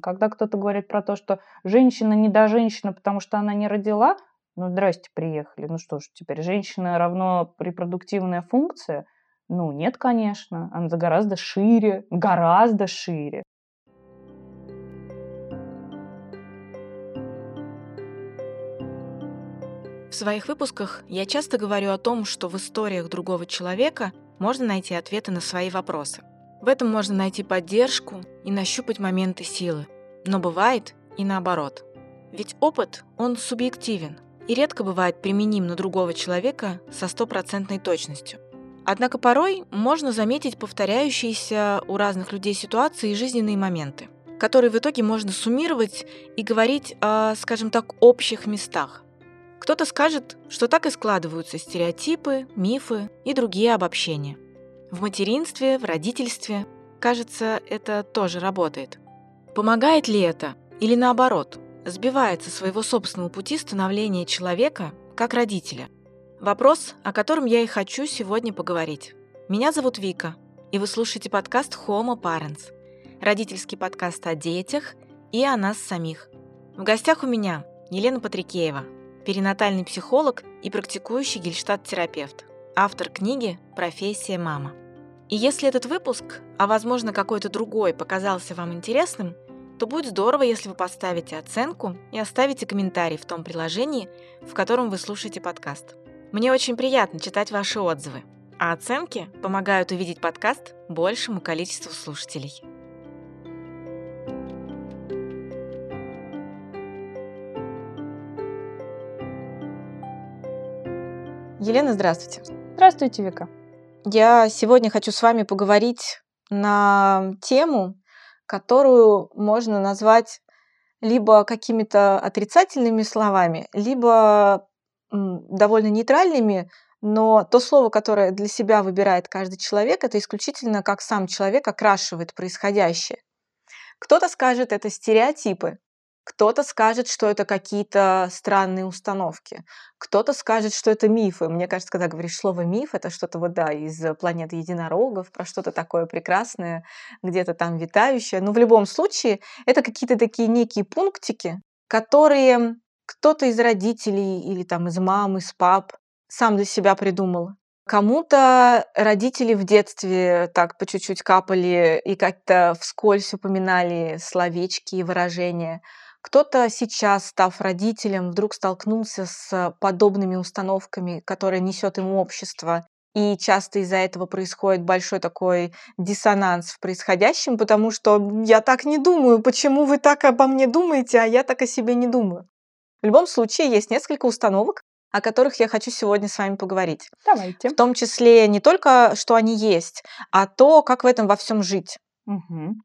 Когда кто-то говорит про то, что женщина не до женщины, потому что она не родила, ну, здрасте, приехали. Ну что ж, теперь женщина равно репродуктивная функция? Ну, нет, конечно. Она гораздо шире, гораздо шире. В своих выпусках я часто говорю о том, что в историях другого человека можно найти ответы на свои вопросы. В этом можно найти поддержку и нащупать моменты силы. Но бывает и наоборот. Ведь опыт, он субъективен и редко бывает применим на другого человека со стопроцентной точностью. Однако порой можно заметить повторяющиеся у разных людей ситуации и жизненные моменты, которые в итоге можно суммировать и говорить о, скажем так, общих местах. Кто-то скажет, что так и складываются стереотипы, мифы и другие обобщения. В материнстве, в родительстве, кажется, это тоже работает. Помогает ли это? Или наоборот, сбивает со своего собственного пути становления человека как родителя? Вопрос, о котором я и хочу сегодня поговорить. Меня зовут Вика, и вы слушаете подкаст Homo Parents, родительский подкаст о детях и о нас самих. В гостях у меня Елена Патрикеева, перинатальный психолог и практикующий гельштальт-терапевт, автор книги «Профессия мама». И если этот выпуск, а возможно какой-то другой, показался вам интересным, то будет здорово, если вы поставите оценку и оставите комментарий в том приложении, в котором вы слушаете подкаст. Мне очень приятно читать ваши отзывы, а оценки помогают увидеть подкаст большему количеству слушателей. Елена, здравствуйте. Здравствуйте, Вика. Я сегодня хочу с вами поговорить на тему, которую можно назвать либо какими-то отрицательными словами, либо довольно нейтральными, но то слово, которое для себя выбирает каждый человек, это исключительно как сам человек окрашивает происходящее. Кто-то скажет, это стереотипы, кто-то скажет, что это какие-то странные установки, кто-то скажет, что это мифы. Мне кажется, когда говоришь слово «миф», это что-то из планеты единорогов, про что-то такое прекрасное, где-то там витающее. Но в любом случае это какие-то такие некие пунктики, которые кто-то из родителей или там из мам, из пап сам для себя придумал. Кому-то родители в детстве так по чуть-чуть капали и как-то вскользь упоминали словечки и выражения. Кто-то сейчас, став родителем, вдруг столкнулся с подобными установками, которые несет ему общество. И часто из-за этого происходит большой такой диссонанс в происходящем, потому что я так не думаю, почему вы так обо мне думаете, а я так о себе не думаю. В любом случае есть несколько установок, о которых я хочу сегодня с вами поговорить. Давайте. В том числе не только, что они есть, а то, как в этом во всем жить. Угу.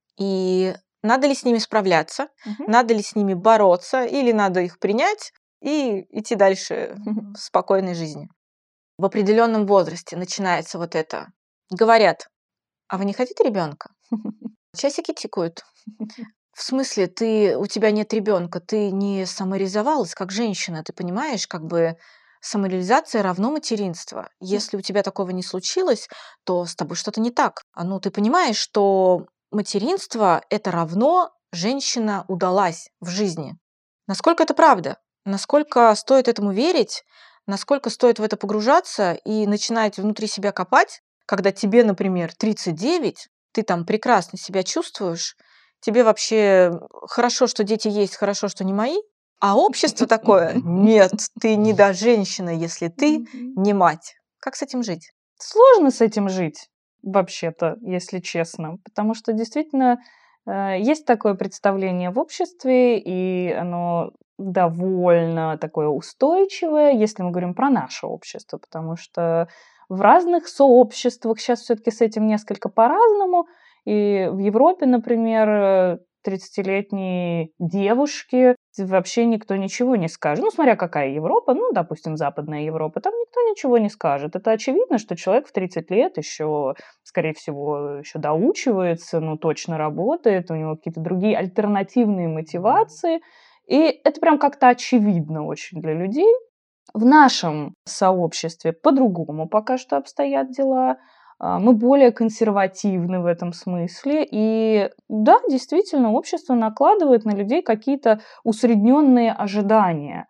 И надо ли с ними справляться, Угу. надо ли с ними бороться, или надо их принять и идти дальше в спокойной жизни. В определенном возрасте начинается вот это. Говорят, а вы не хотите ребенка? Часики тикают. В смысле, у тебя нет ребенка, ты не самореализовалась как женщина, ты понимаешь, самореализация равно материнство. Если у тебя такого не случилось, то с тобой что-то не так. Ты понимаешь, что материнство это равно женщина удалась в жизни. Насколько это правда? Насколько стоит этому верить? Насколько стоит в это погружаться и начинать внутри себя копать, когда тебе, например, 39, ты там прекрасно себя чувствуешь, тебе вообще хорошо, что дети есть, хорошо, что не мои, а общество такое: нет, ты не до женщина, если ты не мать. Как с этим жить? Сложно с этим жить, вообще-то, если честно, потому что действительно есть такое представление в обществе, и оно довольно такое устойчивое, если мы говорим про наше общество, потому что в разных сообществах сейчас все-таки с этим несколько по-разному. И в Европе, например, 30-летние девушки вообще никто ничего не скажет. Ну, смотря какая Европа, допустим, Западная Европа, там никто ничего не скажет. Это очевидно, что человек в 30 лет еще, скорее всего, еще доучивается, точно работает, у него какие-то другие альтернативные мотивации. И это прям как-то очевидно очень для людей. В нашем сообществе по-другому пока что обстоят дела. мы более консервативны в этом смысле. И да, действительно, общество накладывает на людей какие-то усредненные ожидания.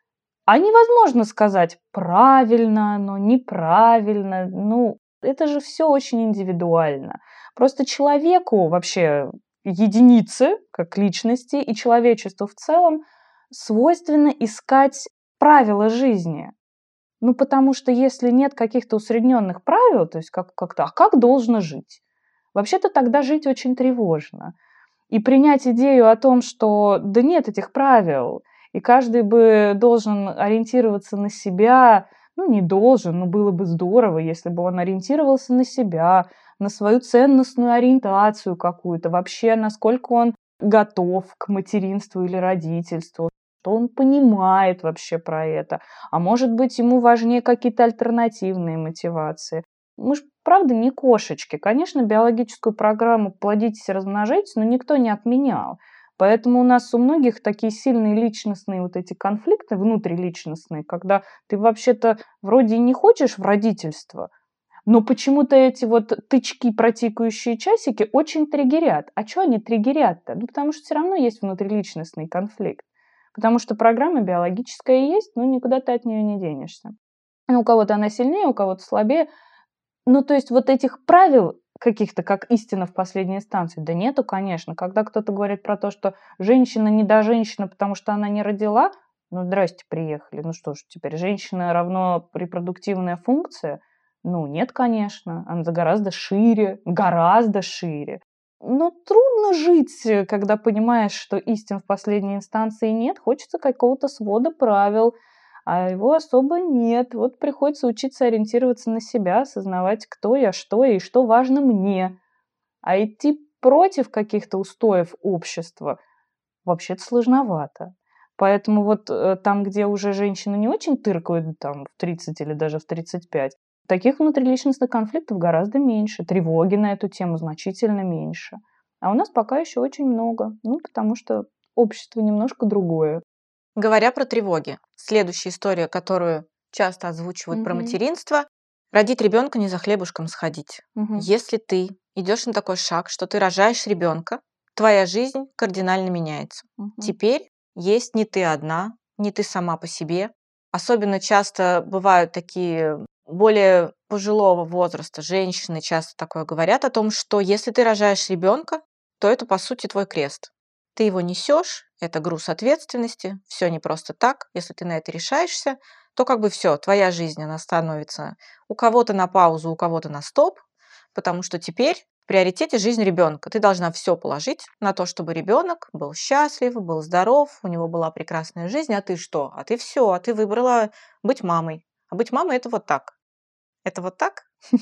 А невозможно сказать, правильно оно, неправильно. Ну, это же все очень индивидуально. Просто человеку вообще, единице, как личности, и человечеству в целом свойственно искать правила жизни. Ну, потому что если нет каких-то усредненных правил, то есть как-то, а как должно жить? Вообще-то тогда жить очень тревожно. И принять идею о том, что да нет этих правил, и каждый бы должен ориентироваться на себя, ну, не должен, но было бы здорово, если бы он ориентировался на себя, на свою ценностную ориентацию какую-то, вообще, насколько он готов к материнству или родительству, что он понимает вообще про это. А может быть, ему важнее какие-то альтернативные мотивации. Мы ж правда не кошечки. Конечно, биологическую программу «плодитесь и размножайтесь», но никто не отменял. Поэтому у нас у многих такие сильные личностные вот эти конфликты внутриличностные, когда ты вообще-то вроде и не хочешь в родительство, но почему-то эти вот тычки, протикающие часики очень триггерят. А чё они триггерят-то? Ну, потому что все равно есть внутриличностный конфликт. Потому что программа биологическая есть, но никуда ты от нее не денешься. Ну, у кого-то она сильнее, у кого-то слабее. Ну, то есть вот этих правил каких-то, как истина в последней инстанции, да нету, конечно. Когда кто-то говорит про то, что женщина не до женщина, потому что она не родила, ну, здрасте, приехали. Ну что ж, теперь женщина равно репродуктивная функция? Ну, нет, конечно. Она гораздо шире, гораздо шире. Но трудно жить, когда понимаешь, что истин в последней инстанции нет. Хочется какого-то свода правил, а его особо нет. Вот приходится учиться ориентироваться на себя, осознавать, кто я, что я и что важно мне. А идти против каких-то устоев общества вообще-то сложновато. Поэтому вот там, где уже женщины не очень тыркают там в 30 или даже в 35, таких внутриличностных конфликтов гораздо меньше, тревоги на эту тему значительно меньше. А у нас пока еще очень много, ну, потому что общество немножко другое. Говоря про тревоги, следующая история, которую часто озвучивают про Мгм. материнство, родить ребенка не за хлебушком сходить. Мгм. Если ты идешь на такой шаг, что ты рожаешь ребенка, твоя жизнь кардинально меняется. Мгм. Теперь есть не ты одна, не ты сама по себе. Особенно часто бывают такие более пожилого возраста женщины часто такое говорят о том, что если ты рожаешь ребенка, то это по сути твой крест. Ты его несешь, это груз ответственности, все не просто так. Если ты на это решаешься, то как бы все, твоя жизнь, она становится у кого-то на паузу, у кого-то на стоп, потому что теперь в приоритете жизнь ребенка. Ты должна все положить на то, чтобы ребенок был счастлив, был здоров, у него была прекрасная жизнь, а ты что? А ты все, а ты выбрала быть мамой. А быть мамой это вот так. Это вот так?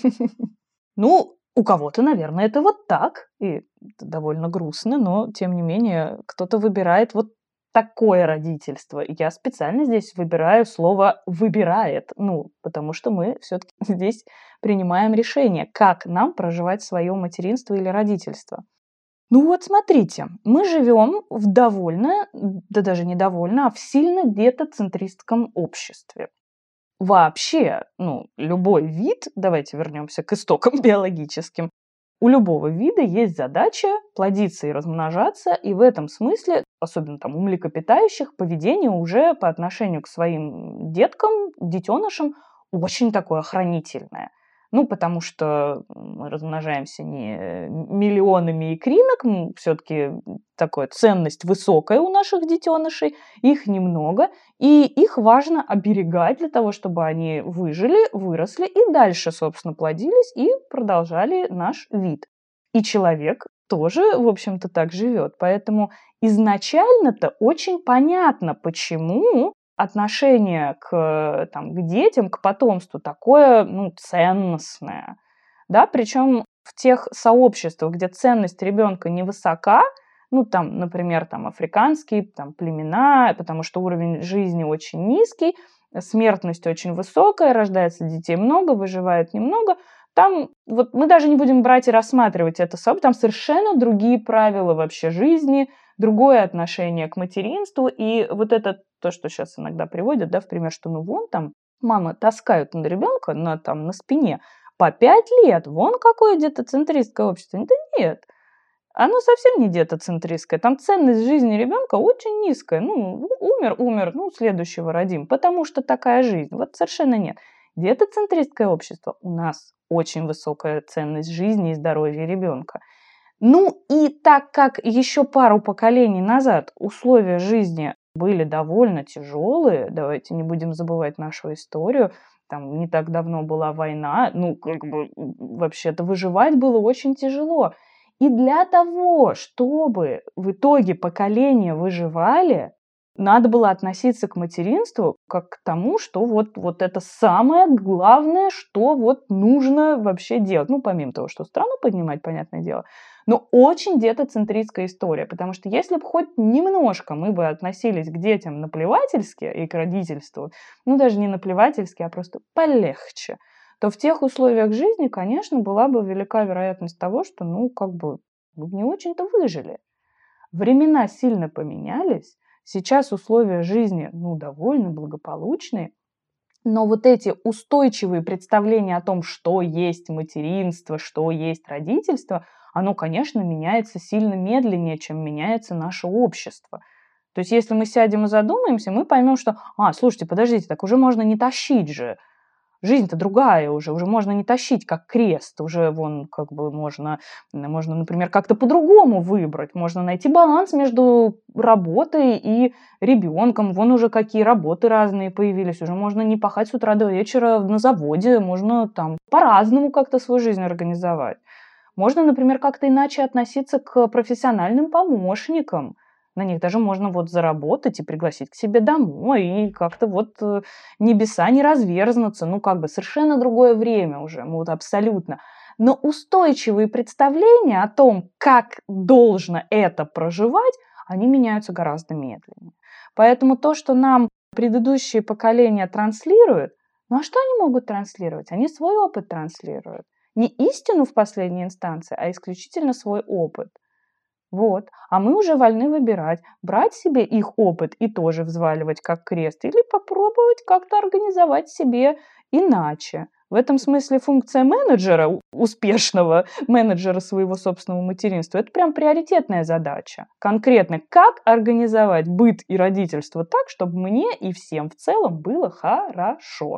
Ну, у кого-то, наверное, это вот так, и это довольно грустно, но тем не менее кто-то выбирает вот такое родительство. И я специально здесь выбираю слово «выбирает», ну, потому что мы все-таки здесь принимаем решение, как нам проживать свое материнство или родительство. Ну вот смотрите, мы живем в довольно, да даже не довольно, а в сильно детоцентристском обществе. Вообще, ну, любой вид, давайте вернемся к истокам биологическим, у любого вида есть задача плодиться и размножаться, и в этом смысле, особенно там у млекопитающих, поведение уже по отношению к своим деткам, детенышам, очень такое охранительное. Ну, потому что мы размножаемся не миллионами икринок, все-таки такая ценность высокая у наших детенышей, их немного, и их важно оберегать для того, чтобы они выжили, выросли и дальше, собственно, плодились и продолжали наш вид. И человек тоже, в общем-то, так живет. Поэтому изначально-то очень понятно, почему отношение к детям, к потомству такое, ну, ценностное. Да, причем в тех сообществах, где ценность ребенка невысока, ну, там, например, там, африканские там, племена, потому что уровень жизни очень низкий, смертность очень высокая, рождается детей много, выживает немного, там вот мы даже не будем брать и рассматривать это сообщество, там совершенно другие правила вообще жизни, другое отношение к материнству, и вот это то, что сейчас иногда приводят, да, в пример, что ну вон там мамы таскают на ребенка на спине, по 5 лет. Вон какое детоцентристское общество. Да нет, оно совсем не детоцентристское. Там ценность жизни ребенка очень низкая. Ну, умер, ну, следующего родим. Потому что такая жизнь. Вот совершенно нет. Детоцентристское общество у нас очень высокая ценность жизни и здоровья ребенка. Ну и так как еще пару поколений назад условия жизни были довольно тяжелые, давайте не будем забывать нашу историю, там не так давно была война, ну как бы вообще-то выживать было очень тяжело. И для того, чтобы в итоге поколения выживали, надо было относиться к материнству как к тому, что вот это самое главное, что вот нужно вообще делать. Ну, помимо того, что страну поднимать, понятное дело, но очень детоцентристская история, потому что если бы хоть немножко мы бы относились к детям наплевательски и к родительству, ну, даже не наплевательски, а просто полегче, то в тех условиях жизни, конечно, была бы велика вероятность того, что, ну, как бы, мы бы не очень-то выжили. Времена сильно поменялись, сейчас условия жизни, ну, довольно благополучные, но вот эти устойчивые представления о том, что есть материнство, что есть родительство, оно, конечно, меняется сильно медленнее, чем меняется наше общество. То есть если мы сядем и задумаемся, мы поймем, что, слушайте, подождите, так уже можно не тащить же. Жизнь-то другая уже можно не тащить как крест, уже вон как бы можно, например, как-то по-другому выбрать, можно найти баланс между работой и ребенком, вон уже какие работы разные появились, уже можно не пахать с утра до вечера на заводе, можно там по-разному как-то свою жизнь организовать. Можно, например, как-то иначе относиться к профессиональным помощникам. На них даже можно вот заработать и пригласить к себе домой, и как-то вот небеса не разверзнутся. Ну, как бы совершенно другое время уже, вот абсолютно. Но устойчивые представления о том, как должно это проживать, они меняются гораздо медленнее. Поэтому то, что нам предыдущие поколения транслируют, ну а что они могут транслировать? Они свой опыт транслируют. Не истину в последней инстанции, а исключительно свой опыт. Вот. А мы уже вольны выбирать, брать себе их опыт и тоже взваливать как крест, или попробовать как-то организовать себе иначе. В этом смысле функция менеджера, успешного менеджера своего собственного материнства, это прям приоритетная задача. Конкретно, как организовать быт и родительство так, чтобы мне и всем в целом было хорошо.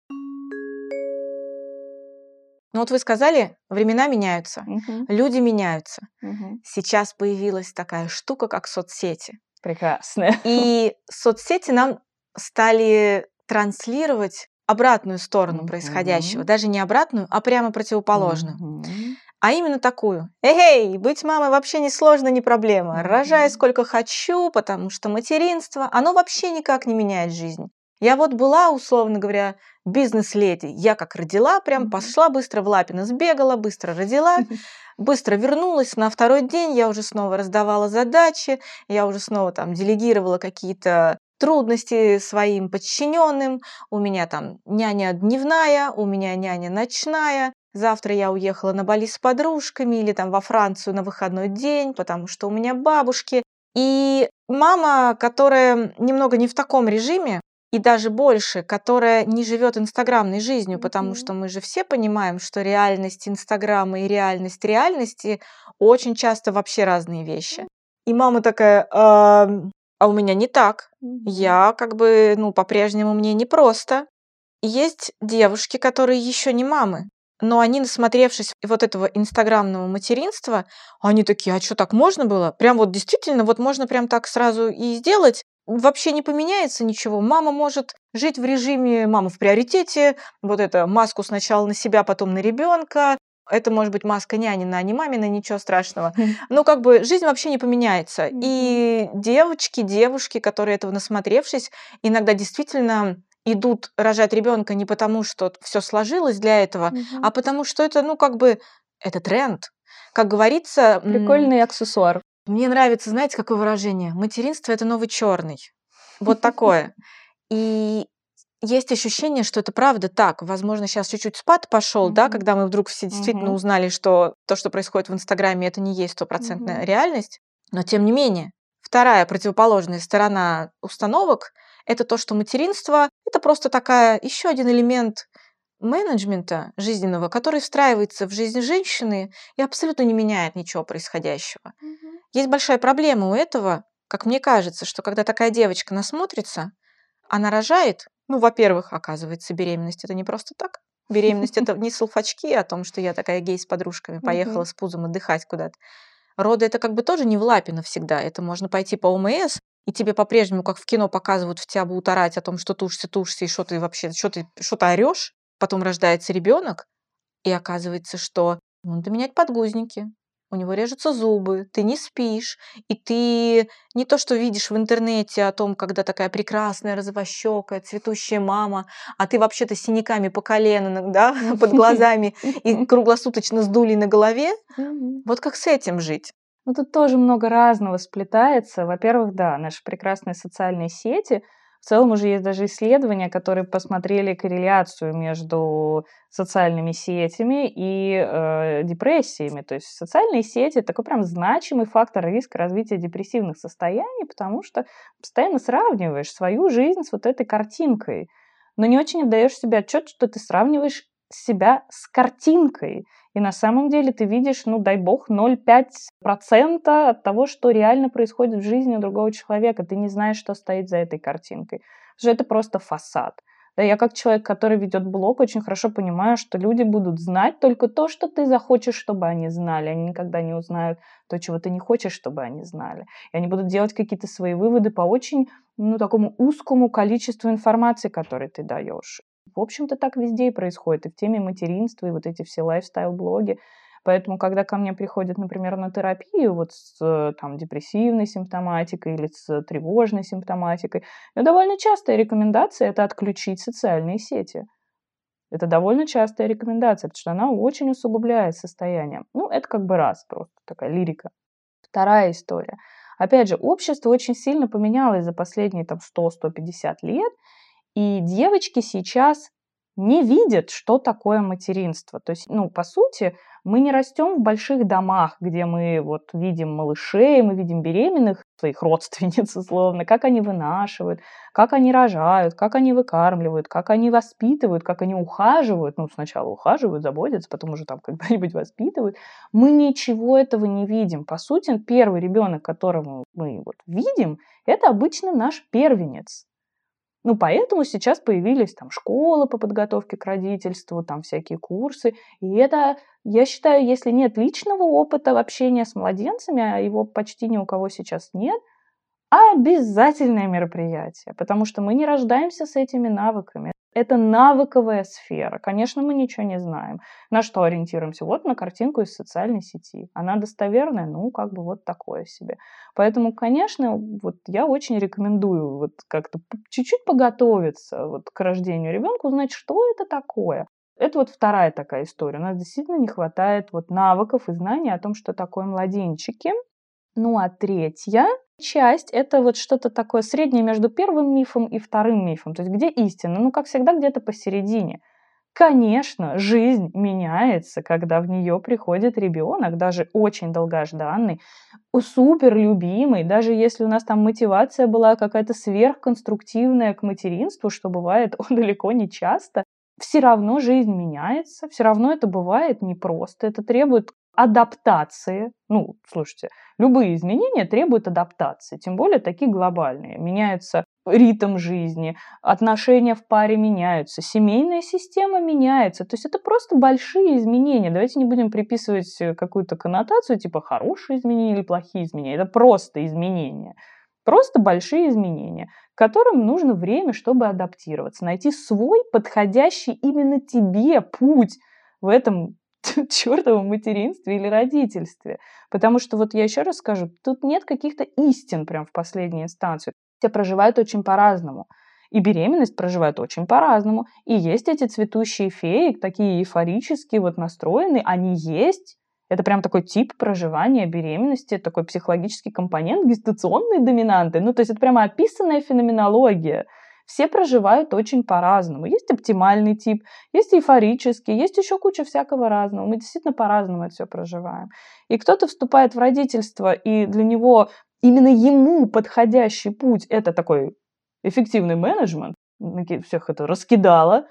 Ну вот вы сказали, времена меняются, Мгм. люди меняются. Мгм. Сейчас появилась такая штука, как соцсети. Прекрасно. И соцсети нам стали транслировать обратную сторону происходящего. Мгм. Даже не обратную, а прямо противоположную. Мгм. А именно такую. Эй, быть мамой вообще не сложно, не проблема. Рожаю Мгм. сколько хочу, потому что материнство, оно вообще никак не меняет жизнь. Я вот была, условно говоря, бизнес-леди. Я как родила, прям Мгм. пошла быстро в Лапино, сбегала, быстро родила, быстро вернулась. На второй день я уже снова раздавала задачи, я уже снова там делегировала какие-то трудности своим подчиненным. У меня там няня дневная, у меня няня ночная. Завтра я уехала на Бали с подружками или там во Францию на выходной день, потому что у меня бабушки. И мама, которая немного не в таком режиме, и даже больше, которая не живет инстаграмной жизнью, потому что мы же все понимаем, что реальность Инстаграма и реальность реальности очень часто вообще разные вещи. И мама такая, а у меня не так. Я как бы, по-прежнему мне непросто. И есть девушки, которые еще не мамы, но они, насмотревшись вот этого инстаграмного материнства, они такие, а что, так можно было? Прям вот действительно, вот можно прям так сразу и сделать. Вообще не поменяется ничего. Мама может жить в режиме «мама в приоритете», вот это маску сначала на себя, потом на ребенка. Это может быть маска нянина, а не мамина, ничего страшного. Но как бы жизнь вообще не поменяется. И девушки, которые этого насмотревшись, иногда действительно идут рожать ребенка не потому, что все сложилось для этого, а потому что это, это тренд. Как говорится, Прикольный аксессуар. мне нравится, знаете, какое выражение? Материнство – это новый черный. Вот такое. И есть ощущение, что это правда так. Возможно, сейчас чуть-чуть спад пошел, да, когда мы вдруг все действительно узнали, что то, что происходит в Инстаграме, это не есть стопроцентная реальность. Но тем не менее, вторая противоположная сторона установок – это то, что материнство – это просто такая еще один элемент менеджмента жизненного, который встраивается в жизнь женщины и абсолютно не меняет ничего происходящего. Есть большая проблема у этого, как мне кажется, что когда такая девочка насмотрится, она рожает, ну, во-первых, оказывается, беременность это не просто так. Беременность это не салфачки о том, что я такая гей с подружками, поехала с пузом отдыхать куда-то. Роды это как бы тоже не в лапе навсегда. Это можно пойти по ОМС, и тебе по-прежнему, как в кино показывают, в тебя будут орать о том, что тушься, и что ты вообще, что ты орешь. Потом рождается ребенок, и оказывается, что надо менять подгузники, у него режутся зубы, ты не спишь, и ты не то, что видишь в интернете о том, когда такая прекрасная, розовощекая, цветущая мама, а ты вообще-то с синяками по колено, да, под глазами и круглосуточно с дулей на голове. Вот как с этим жить? Ну, тут тоже много разного сплетается. Во-первых, да, наши прекрасные социальные сети. В целом уже есть даже исследования, которые посмотрели корреляцию между социальными сетями и депрессиями. То есть социальные сети – это такой прям значимый фактор риска развития депрессивных состояний, потому что постоянно сравниваешь свою жизнь с вот этой картинкой, но не очень отдаешь себе отчет, что ты сравниваешь себя с картинкой. И на самом деле ты видишь, ну, дай бог, 0,5% от того, что реально происходит в жизни у другого человека. Ты не знаешь, что стоит за этой картинкой. Потому что это просто фасад. Да, я как человек, который ведет блог, очень хорошо понимаю, что люди будут знать только то, что ты захочешь, чтобы они знали. Они никогда не узнают то, чего ты не хочешь, чтобы они знали. И они будут делать какие-то свои выводы по очень, ну, такому узкому количеству информации, которой ты даешь. В общем-то, так везде и происходит. И в теме материнства, и вот эти все лайфстайл-блоги. Поэтому, когда ко мне приходят, например, на терапию вот с там, депрессивной симптоматикой или с тревожной симптоматикой, довольно частая рекомендация – это отключить социальные сети. Это довольно частая рекомендация, потому что она очень усугубляет состояние. Ну, это как бы раз просто такая лирика. Вторая история. Опять же, общество очень сильно поменялось за последние там 100-150 лет, и девочки сейчас не видят, что такое материнство. То есть, ну, по сути, мы не растем в больших домах, где мы вот видим малышей, мы видим беременных, своих родственниц, условно, как они вынашивают, как они рожают, как они выкармливают, как они воспитывают, как они ухаживают. Ну, сначала ухаживают, заботятся, потом уже там когда-нибудь воспитывают. Мы ничего этого не видим. По сути, первый ребенок, которого мы вот видим, это обычно наш первенец. Ну, поэтому сейчас появились там школы по подготовке к родительству, там всякие курсы. И это, я считаю, если нет личного опыта общения с младенцами, а его почти ни у кого сейчас нет, обязательное мероприятие, потому что мы не рождаемся с этими навыками. Это навыковая сфера. Конечно, мы ничего не знаем. На что ориентируемся? Вот на картинку из социальной сети. Она достоверная? Ну, как бы вот такое себе. Поэтому, конечно, вот я очень рекомендую вот как-то чуть-чуть поготовиться вот к рождению ребенка, узнать, что это такое. Это вот вторая такая история. У нас действительно не хватает вот навыков и знаний о том, что такое младенчики. Ну, а третья часть – это вот что-то такое среднее между первым мифом и вторым мифом. То есть где истина? Ну, как всегда, где-то посередине. Конечно, жизнь меняется, когда в нее приходит ребенок, даже очень долгожданный, супер любимый, даже если у нас там мотивация была какая-то сверхконструктивная к материнству, что бывает далеко не часто, все равно жизнь меняется, все равно это бывает непросто, это требует адаптации. Ну, слушайте, любые изменения требуют адаптации, тем более такие глобальные. Меняется ритм жизни, отношения в паре меняются, семейная система меняется. То есть это просто большие изменения. Давайте не будем приписывать какую-то коннотацию, типа хорошие изменения или плохие изменения. Это просто изменения. Просто большие изменения, к которым нужно время, чтобы адаптироваться, найти свой подходящий именно тебе путь в этом чертовом материнстве или родительстве. Потому что вот я еще раз скажу, тут нет каких-то истин прям в последней инстанции. Все проживают очень по-разному. И беременность проживают очень по-разному. И есть эти цветущие феи, такие эйфорические, вот настроенные, они есть. Это прям такой тип проживания беременности, такой психологический компонент гестационной доминанты. Ну, то есть это прямо описанная феноменология. Все проживают очень по-разному. Есть оптимальный тип, есть эйфорический, есть еще куча всякого разного. Мы действительно по-разному это все проживаем. И кто-то вступает в родительство, и для него именно ему подходящий путь – это такой эффективный менеджмент, всех это раскидало,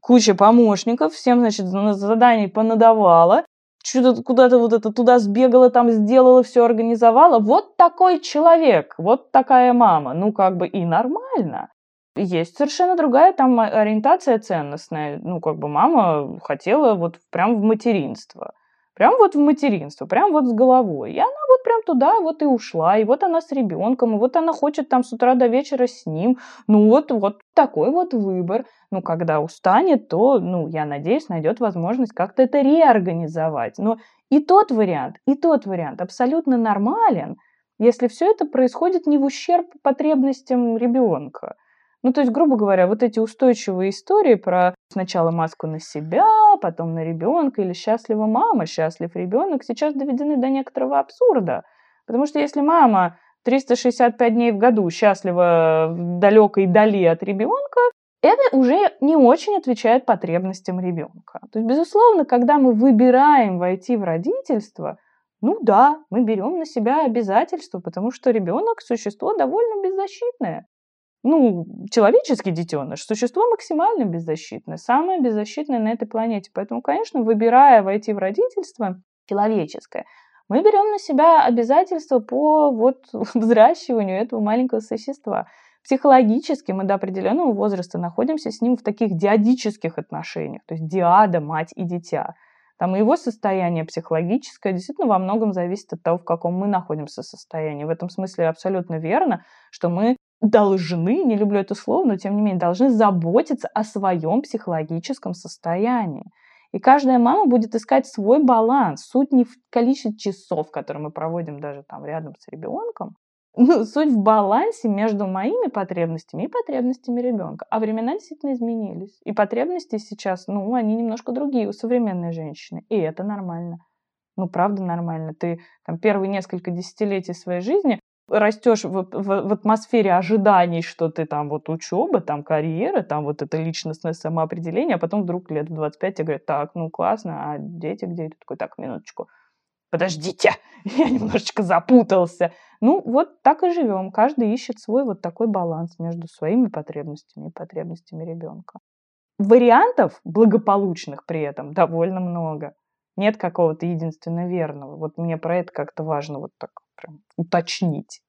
куча помощников, всем, значит, заданий понадавала, что-то куда-то вот это туда сбегала, там сделала, все организовала. Вот такой человек, вот такая мама. Ну, как бы и нормально. Есть совершенно другая там ориентация ценностная. Ну, как бы мама хотела вот прям в материнство. Прям вот в материнство, прям вот с головой. И она вот прям туда вот и ушла. И вот она с ребенком, и вот она хочет там с утра до вечера с ним. Ну, вот такой вот выбор. Ну, когда устанет, то, ну, я надеюсь, найдет возможность как-то это реорганизовать. Но и тот вариант абсолютно нормален, если все это происходит не в ущерб потребностям ребенка. Ну, то есть, грубо говоря, вот эти устойчивые истории про сначала маску на себя, потом на ребенка, или счастлива мама, счастлив ребенок, сейчас доведены до некоторого абсурда. Потому что если мама 365 дней в году счастлива в далекой дали от ребенка, это уже не очень отвечает потребностям ребенка. То есть, безусловно, когда мы выбираем войти в родительство, ну да, мы берем на себя обязательства, потому что ребенок – существо довольно беззащитное. Ну, человеческий детеныш – существо максимально беззащитное, самое беззащитное на этой планете. Поэтому, конечно, выбирая войти в родительство человеческое, мы берем на себя обязательства по вот взращиванию этого маленького существа. Психологически мы до определенного возраста находимся с ним в таких диадических отношениях, то есть диада, мать и дитя. Там и его состояние психологическое действительно во многом зависит от того, в каком мы находимся состоянии. В этом смысле абсолютно верно, что мы должны, не люблю это слово, но тем не менее, должны заботиться о своем психологическом состоянии. И каждая мама будет искать свой баланс. Суть не в количестве часов, которые мы проводим даже там рядом с ребенком. Ну, суть в балансе между моими потребностями и потребностями ребенка. А времена действительно изменились. И потребности сейчас, ну, они немножко другие у современной женщины. И это нормально. Ну, правда нормально. Ты там первые несколько десятилетий своей жизни растешь в атмосфере ожиданий, что ты там вот учеба, там карьера, там вот это личностное самоопределение, а потом вдруг лет в 25 тебе говорят, так, ну классно, а дети где? И ты такой, так, минуточку, подождите, я немножечко запутался. Ну, вот так и живем. Каждый ищет свой вот такой баланс между своими потребностями и потребностями ребенка. Вариантов благополучных при этом довольно много. Нет какого-то единственно верного. Вот мне про это как-то важно вот так прям уточнить.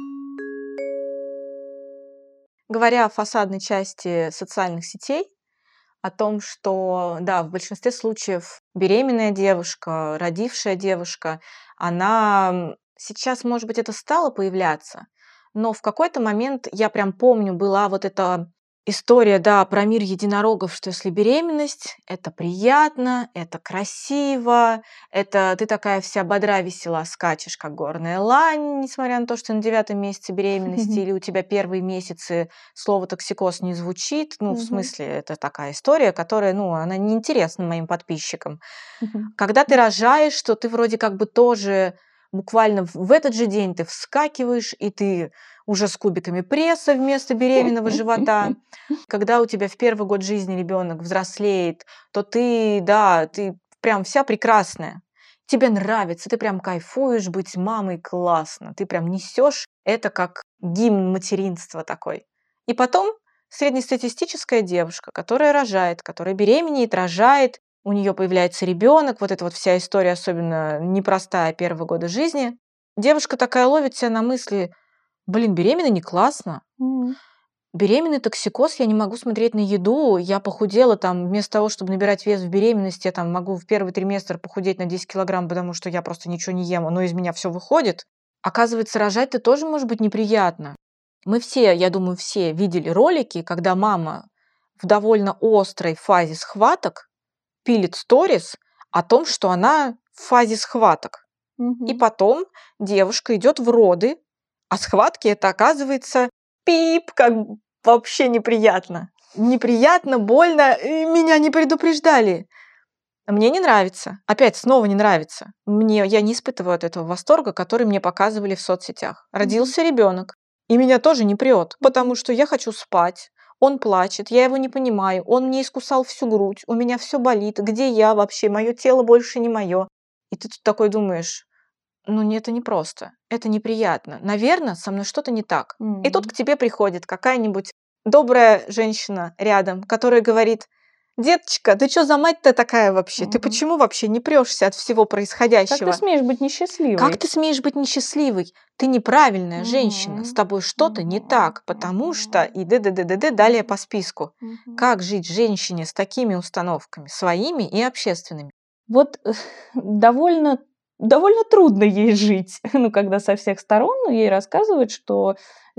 Говоря о фасадной части социальных сетей, о том, что, да, в большинстве случаев беременная девушка, родившая девушка, она сейчас, может быть, это стало появляться, но в какой-то момент, я прям помню, была вот эта история, да, про мир единорогов, что если беременность, это приятно, это красиво, это ты такая вся бодра, весела, скачешь, как горная лань, несмотря на то, что на 9-м месяце беременности или у тебя первые месяцы слово токсикоз не звучит. Ну, в смысле, это такая история, которая, ну, она неинтересна моим подписчикам. Когда ты рожаешь, что ты вроде как бы тоже буквально в этот же день ты вскакиваешь, и ты уже с кубиками пресса вместо беременного живота. Когда у тебя в первый год жизни ребенок взрослеет, то ты, да, ты прям вся прекрасная. Тебе нравится, ты прям кайфуешь быть мамой, классно. Ты прям несешь это как гимн материнства такой. И потом среднестатистическая девушка, которая рожает, которая беременеет, рожает, у нее появляется ребенок, вот эта вот вся история, особенно непростая первого года жизни. Девушка такая ловит себя на мысли, блин, беременна не классно. Беременный токсикоз, я не могу смотреть на еду, я похудела там, вместо того, чтобы набирать вес в беременности, я там могу в первый триместр похудеть на 10 килограмм, потому что я просто ничего не ем, но из меня все выходит. Оказывается, рожать-то тоже может быть неприятно. Мы все, я думаю, все видели ролики, когда мама в довольно острой фазе схваток пилит сторис о том, что она в фазе схваток. И потом девушка идет в роды, а схватки это оказывается пип, как вообще неприятно. Неприятно, больно, и меня не предупреждали. Мне не нравится. Опять, снова не нравится. Я не испытываю от этого восторга, который мне показывали в соцсетях. Родился ребенок, и меня тоже не прет, потому что я хочу спать. Он плачет, я его не понимаю, он мне искусал всю грудь, у меня все болит, где я вообще, мое тело больше не мое. И ты тут такой думаешь, ну, это непросто, это неприятно. Наверное, со мной что-то не так. И тут к тебе приходит какая-нибудь добрая женщина рядом, которая говорит, деточка, ты что за мать-то такая вообще? Ты Мгм. почему вообще не прешься от всего Как ты происходящего? смеешь быть Как несчастливой? ты смеешь быть несчастливой? Ты неправильная женщина, с Мгм. тобой что-то не Мгм. так, потому что Мгм. и д далее по списку. Мгм. Как жить женщине с такими установками, своими и общественными? Вот довольно довольно трудно ей жить, ну, когда со всех сторон ей рассказывают, что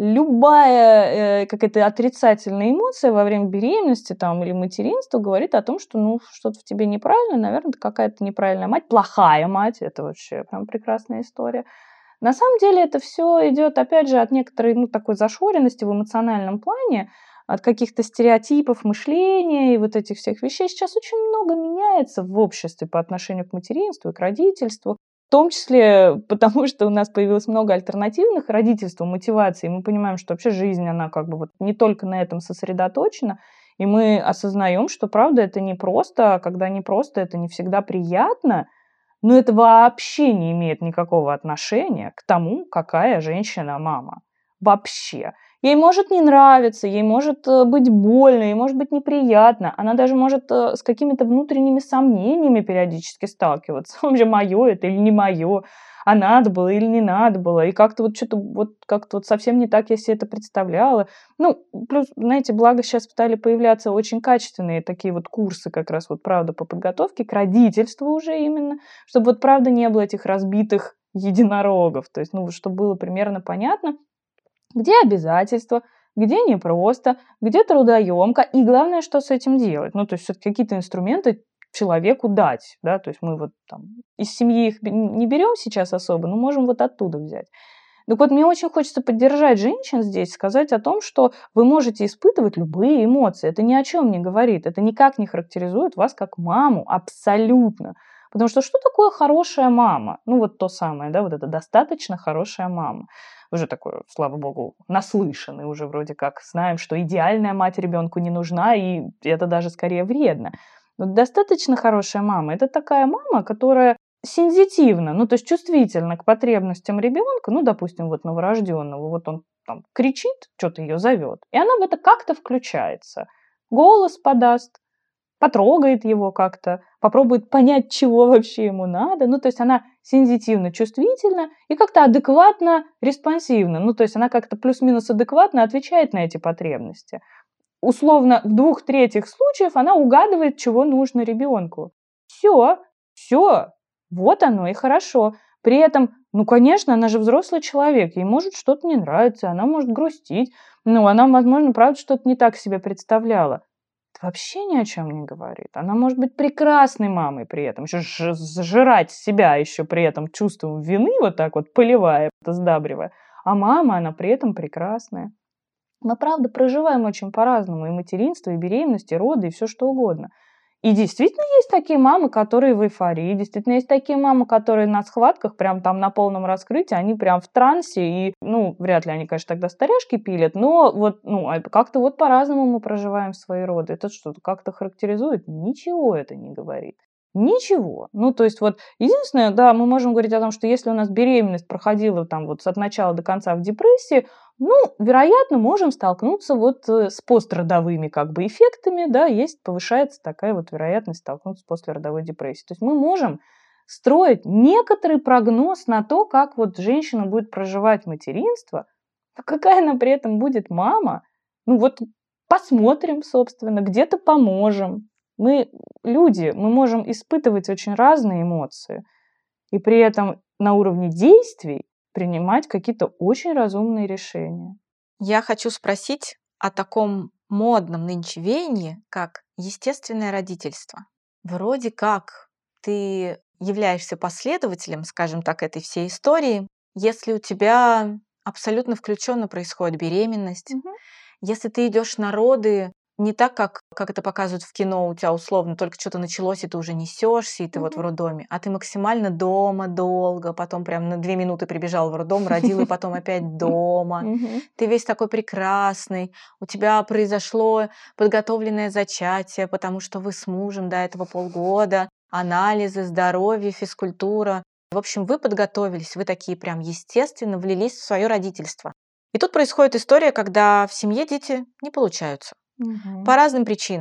любая, какая-то отрицательная эмоция во время беременности там или материнства говорит о том, что, ну, что-то в тебе неправильно, наверное, ты какая-то неправильная мать, плохая мать. Это вообще прям прекрасная история. На самом деле это все идет, опять же, от некоторой, ну, такой зашоренности в эмоциональном плане, от каких-то стереотипов мышления и вот этих всех вещей. Сейчас очень много меняется в обществе по отношению к материнству и к родительству, в том числе потому, что у нас появилось много альтернативных родительству, мотиваций. И мы понимаем, что вообще жизнь, она как бы вот не только на этом сосредоточена. И мы осознаем, что, правда, это не просто, а когда не просто, это не всегда приятно, но это вообще не имеет никакого отношения к тому, какая женщина мама. Вообще. Ей может не нравиться, ей может быть больно, ей может быть неприятно. Она даже может с какими-то внутренними сомнениями периодически сталкиваться. Вообще, мое это или не мое, а надо было или не надо было. И как-то вот что-то вот как-то вот совсем не так я себе это представляла. Ну, плюс, знаете, благо сейчас стали появляться очень качественные такие вот курсы как раз вот, правда, по подготовке к родительству уже именно, чтобы вот правда не было этих разбитых единорогов. То есть, ну, вот чтобы было примерно понятно, где обязательства, где непросто, где трудоемко, и главное, что с этим делать. Ну, то есть все-таки какие-то инструменты человеку дать, да, то есть мы вот там из семьи их не берем сейчас особо, но можем вот оттуда взять. Так вот, мне очень хочется поддержать женщин здесь, сказать о том, что вы можете испытывать любые эмоции. Это ни о чем не говорит, это никак не характеризует вас как маму, абсолютно. Потому что такое хорошая мама? Ну, вот то самое, да, вот это достаточно хорошая мама. Уже такое, слава богу, наслышаны, уже вроде как знаем, что идеальная мать ребенку не нужна, и это даже скорее вредно. Но достаточно хорошая мама – это такая мама, которая сензитивно, ну, то есть чувствительно к потребностям ребенка, ну, допустим, вот новорожденного, вот он там кричит, что-то ее зовет, и она в это как-то включается. Голос подаст, потрогает его как-то, попробует понять, чего вообще ему надо. Ну, то есть она сензитивно, чувствительна и как-то адекватно, респонсивна. Ну, то есть она как-то плюс-минус адекватно отвечает на эти потребности. Условно, в 2/3 случаев она угадывает, чего нужно ребенку. Все, все, вот оно и хорошо. При этом, ну, конечно, она же взрослый человек, ей может что-то не нравиться, она может грустить, ну, она, возможно, правда что-то не так себе представляла. Это вообще ни о чем не говорит. Она может быть прекрасной мамой при этом, еще зажирать себя еще при этом чувством вины, вот так вот поливая, сдабривая. А мама, она при этом прекрасная. Мы, правда, проживаем очень по-разному и материнство, и беременность, и роды, и все что угодно. И действительно есть такие мамы, которые в эйфории, действительно есть такие мамы, которые на схватках, прям там на полном раскрытии, они прям в трансе, и, ну, вряд ли они, конечно, тогда старяшки пилят, но вот, ну, как-то вот по-разному мы проживаем свои роды. Это что-то как-то характеризует? Ничего это не говорит. Ничего. Ну, то есть вот единственное, да, мы можем говорить о том, что если у нас беременность проходила там вот от начала до конца в депрессии, ну, вероятно, можем столкнуться вот с постродовыми как бы эффектами, да, есть, повышается такая вот вероятность столкнуться с послеродовой депрессией. То есть мы можем строить некоторый прогноз на то, как вот женщина будет проживать материнство, а какая она при этом будет мама. Ну вот посмотрим, собственно, где-то поможем. Мы люди, мы можем испытывать очень разные эмоции, и при этом на уровне действий принимать какие-то очень разумные решения. Я хочу спросить о таком модном нынче веянии, как естественное родительство. Вроде как ты являешься последователем, скажем так, этой всей истории, если у тебя абсолютно включенно происходит беременность, Мгм. если ты идешь на роды не так, как это показывают в кино, у тебя условно только что-то началось, и ты уже несешься, и ты вот в Мгм. роддоме, а ты максимально дома долго, потом прям на 2 минуты прибежал в роддом, родил, и потом опять дома. Мгм. Ты весь такой прекрасный, у тебя произошло подготовленное зачатие, потому что вы с мужем до этого полгода, анализы, здоровье, физкультура. В общем, вы подготовились, вы такие прям естественно влились в свое родительство. И тут происходит история, когда в семье дети не получаются. По Мгм. разным причинам.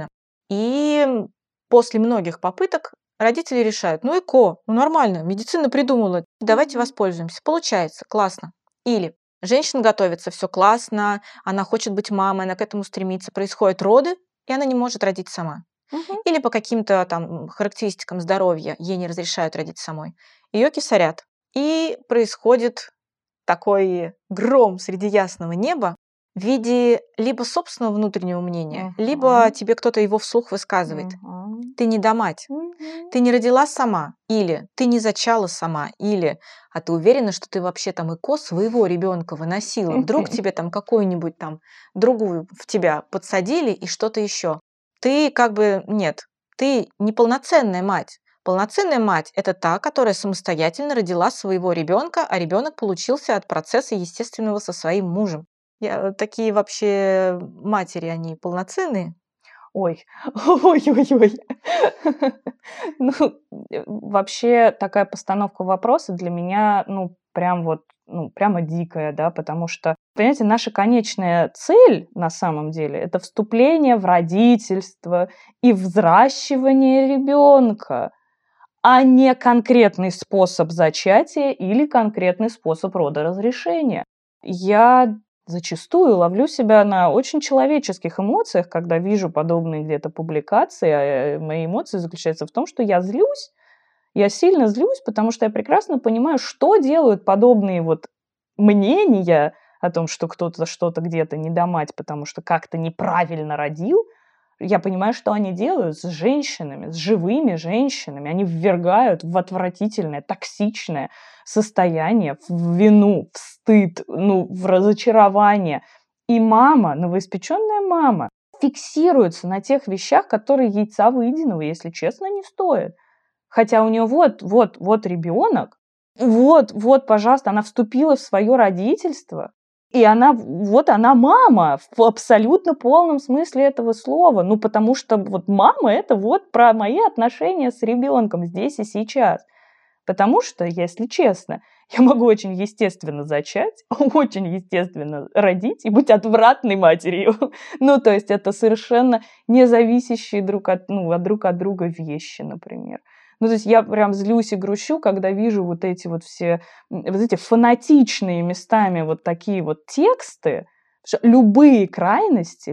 И после многих попыток родители решают, ну ЭКО, ну нормально, медицина придумала, давайте воспользуемся. Получается, классно. Или женщина готовится, все классно, она хочет быть мамой, она к этому стремится, происходят роды, и она не может родить сама. Или по каким-то там характеристикам здоровья ей не разрешают родить самой. Ее кесарят. И происходит такой гром среди ясного неба в виде либо собственного внутреннего мнения, либо тебе кто-то его вслух высказывает. Ты не домать, ты не родила сама, или ты не зачала сама, или а ты уверена, что ты вообще там ЭКО своего ребенка выносила, вдруг тебе там какую-нибудь там другую в тебя подсадили и что-то еще. Ты как бы нет, ты неполноценная мать. Полноценная мать – это та, которая самостоятельно родила своего ребенка, а ребенок получился от процесса естественного со своим мужем. Такие вообще матери, они полноценные? Ой, ой-ой-ой. Ну, вообще такая постановка вопроса для меня, ну, прям вот, ну, прямо дикая, да, потому что, понимаете, наша конечная цель на самом деле – это вступление в родительство и взращивание ребенка, а не конкретный способ зачатия или конкретный способ родоразрешения. Я зачастую ловлю себя на очень человеческих эмоциях, когда вижу подобные где-то публикации. Мои эмоции заключаются в том, что я злюсь, я сильно злюсь, потому что я прекрасно понимаю, что делают подобные вот мнения о том, что кто-то что-то где-то не домать, потому что как-то неправильно родил. Я понимаю, что они делают с женщинами, с живыми женщинами. Они ввергают в отвратительное, токсичное состояние, в вину, в стыд, ну, в разочарование. И мама, новоиспеченная мама, фиксируется на тех вещах, которые яйца выеденного, если честно, не стоят. Хотя у нее вот ребенок, вот, пожалуйста, она вступила в свое родительство, и она мама в абсолютно полном смысле этого слова. Ну, потому что вот мама – это вот про мои отношения с ребенком здесь и сейчас. Потому что, если честно, я могу очень естественно зачать, очень естественно родить и быть отвратной матерью. Ну, то есть это совершенно не зависящие друг от друга вещи, например. Ну, то есть я прям злюсь и грущу, когда вижу вот эти вот все, вот эти фанатичные местами вот такие вот тексты, что любые крайности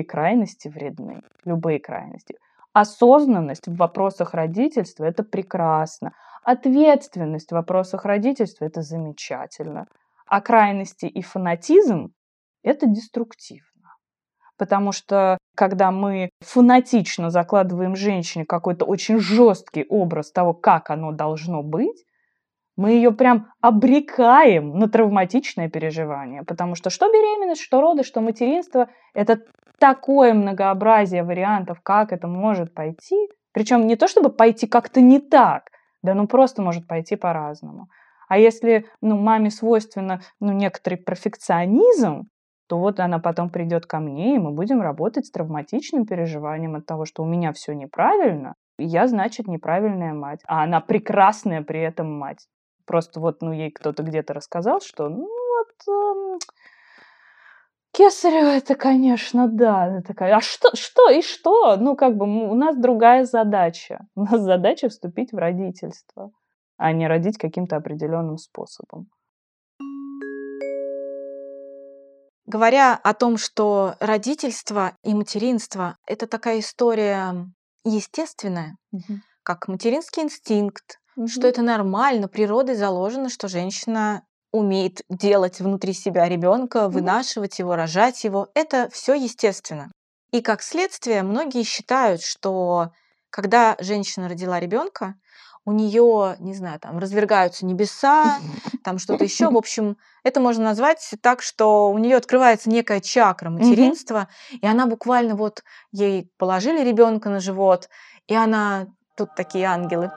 вредны, любые крайности. Осознанность в вопросах родительства – это прекрасно. Ответственность в вопросах родительства – это замечательно. А крайности и фанатизм – это деструктивно. Потому что когда мы фанатично закладываем женщине какой-то очень жесткий образ того, как оно должно быть, мы ее прям обрекаем на травматичное переживание. Потому что беременность, что роды, что материнство – это такое многообразие вариантов, как это может пойти. Причем не то, чтобы пойти как-то не так, да, ну просто может пойти по-разному. А если маме свойственно некоторый перфекционизм, то вот она потом придет ко мне, и мы будем работать с травматичным переживанием от того, что у меня все неправильно, и я, значит, неправильная мать. А она прекрасная при этом мать. Просто вот, ей кто-то где-то рассказал, что, кесарево это, конечно, да. Она такая, а что? Ну, как бы у нас другая задача. У нас задача вступить в родительство, а не родить каким-то определенным способом. Говоря о том, что родительство и материнство – это такая история естественная, как материнский инстинкт, что это нормально, природой заложено, что женщина умеет делать внутри себя ребенка, вынашивать его, рожать его. Это все естественно. И как следствие, многие считают, что когда женщина родила ребенка, у нее, не знаю, там развергаются небеса, там что-то еще. В общем, это можно назвать так, что у нее открывается некая чакра материнства, и она буквально вот ей положили ребенка на живот, и она тут такие ангелы.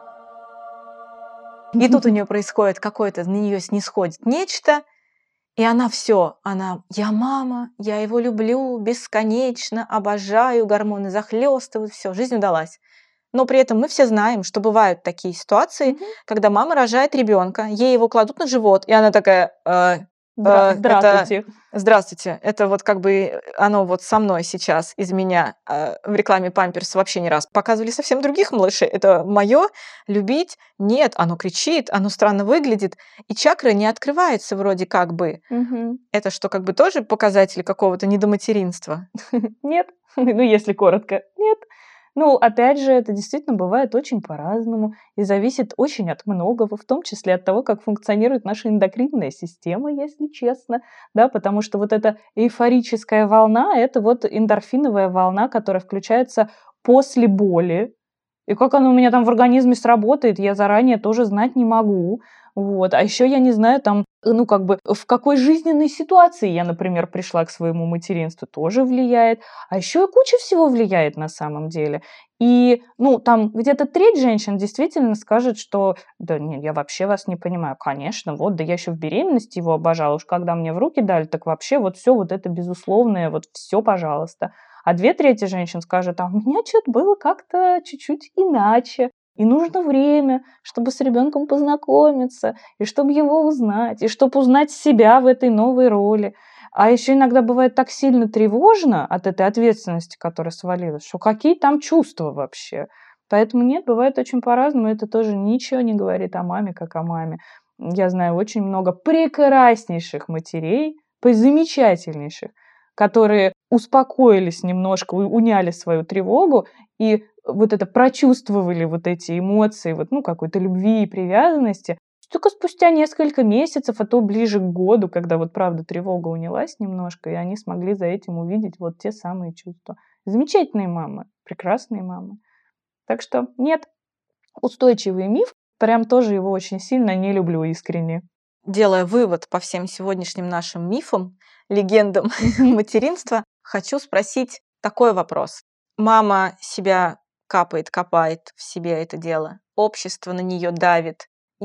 И тут у нее происходит какое-то, на нее снисходит нечто, и она я мама, я его люблю бесконечно, обожаю, гормоны захлестывают, все, жизнь удалась. Но при этом мы все знаем, что бывают такие ситуации, когда мама рожает ребенка, ей его кладут на живот, и она такая, Это Здравствуйте. здравствуйте. Это вот как бы оно вот со мной сейчас из меня в рекламе Памперс вообще не раз показывали совсем других малышей. Это мое любить? Нет, оно кричит, оно странно выглядит, и чакра не открывается вроде как бы. Мгм. Это что, как бы тоже показатель какого-то недоматеринства? Нет, ну, если коротко, нет. Ну, опять же, это действительно бывает очень по-разному и зависит очень от многого, в том числе от того, как функционирует наша эндокринная система, если честно, да, потому что вот эта эйфорическая волна — это вот эндорфиновая волна, которая включается после боли. И как она у меня там в организме сработает, я заранее тоже знать не могу. Вот. А еще я не знаю, там, ну, как бы, в какой жизненной ситуации я, например, пришла к своему материнству, тоже влияет. А еще и куча всего влияет на самом деле. И, ну, там где-то треть женщин действительно скажет, что да нет, я вообще вас не понимаю. Конечно, вот, да я еще в беременности его обожала. Уж когда мне в руки дали, так вообще вот все вот это безусловное, вот все, пожалуйста. А две трети женщин скажут, а у меня что-то было как-то чуть-чуть иначе. И нужно время, чтобы с ребенком познакомиться, и чтобы его узнать, и чтобы узнать себя в этой новой роли. А еще иногда бывает так сильно тревожно от этой ответственности, которая свалилась, что какие там чувства вообще. Поэтому нет, бывает очень по-разному. Это тоже ничего не говорит о маме, как о маме. Я знаю очень много прекраснейших матерей, замечательнейших, которые успокоились немножко, уняли свою тревогу и вот это прочувствовали вот эти эмоции, вот, ну, какой-то любви и привязанности только спустя несколько месяцев, а то ближе к году, когда вот правда тревога унялась немножко, и они смогли за этим увидеть вот те самые чувства. Замечательные мамы, прекрасные мамы. Так что нет, устойчивый миф, прям тоже его очень сильно не люблю искренне. Делая вывод по всем сегодняшним нашим мифам, легендам материнства, хочу спросить такой вопрос. Мама себя капает, копает в себе это дело, общество на нее давит,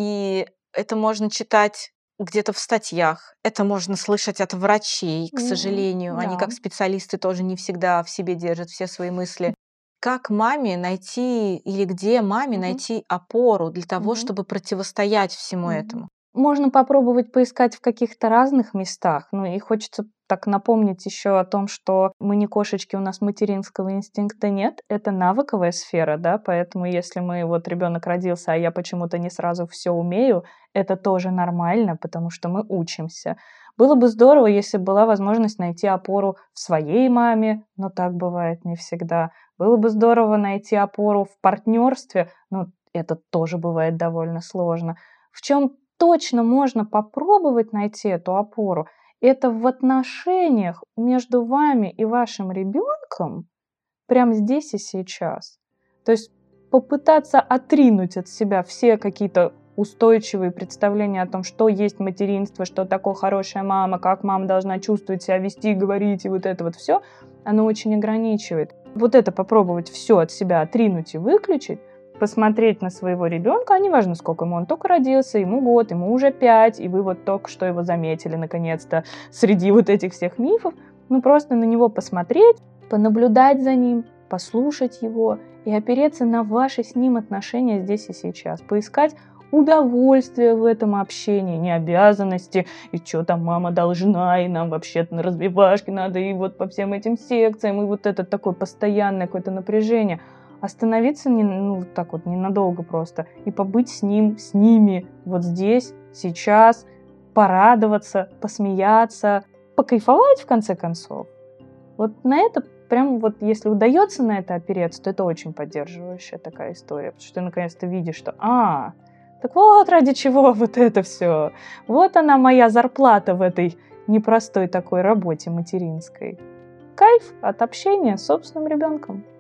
и это можно читать где-то в статьях, это можно слышать от врачей, к сожалению. Они Да. как специалисты тоже не всегда в себе держат все свои мысли. Как маме найти или где маме найти опору для того, чтобы противостоять всему этому? Можно попробовать поискать в каких-то разных местах. Ну и хочется так напомнить еще о том, что мы не кошечки, у нас материнского инстинкта нет. Это навыковая сфера, да, поэтому если мы, вот ребенок родился, а я почему-то не сразу все умею, это тоже нормально, потому что мы учимся. Было бы здорово, если бы была возможность найти опору в своей маме, но так бывает не всегда. Было бы здорово найти опору в партнерстве, но это тоже бывает довольно сложно. В чем точно можно попробовать найти эту опору, это в отношениях между вами и вашим ребенком прямо здесь и сейчас. То есть попытаться отринуть от себя все какие-то устойчивые представления о том, что есть материнство, что такое хорошая мама, как мама должна чувствовать себя, вести, говорить, и вот это вот все, оно очень ограничивает. Вот это попробовать все от себя отринуть и выключить, посмотреть на своего ребенка, а неважно, сколько ему, он только родился, ему год, ему уже 5, и вы вот только что его заметили, наконец-то, среди вот этих всех мифов, ну просто на него посмотреть, понаблюдать за ним, послушать его и опереться на ваши с ним отношения здесь и сейчас, поискать удовольствие в этом общении, не обязанности, и что там мама должна, и нам вообще-то на развивашке надо, и вот по всем этим секциям, и вот это такое постоянное какое-то напряжение. Остановиться ну, так вот ненадолго просто и побыть с ним, с ними вот здесь, сейчас, порадоваться, посмеяться, покайфовать в конце концов. Вот на это прям вот, если удается на это опереться, то это очень поддерживающая такая история, потому что ты наконец-то видишь, что так вот ради чего вот это все. Вот она моя зарплата в этой непростой такой работе материнской. Кайф от общения с собственным ребенком.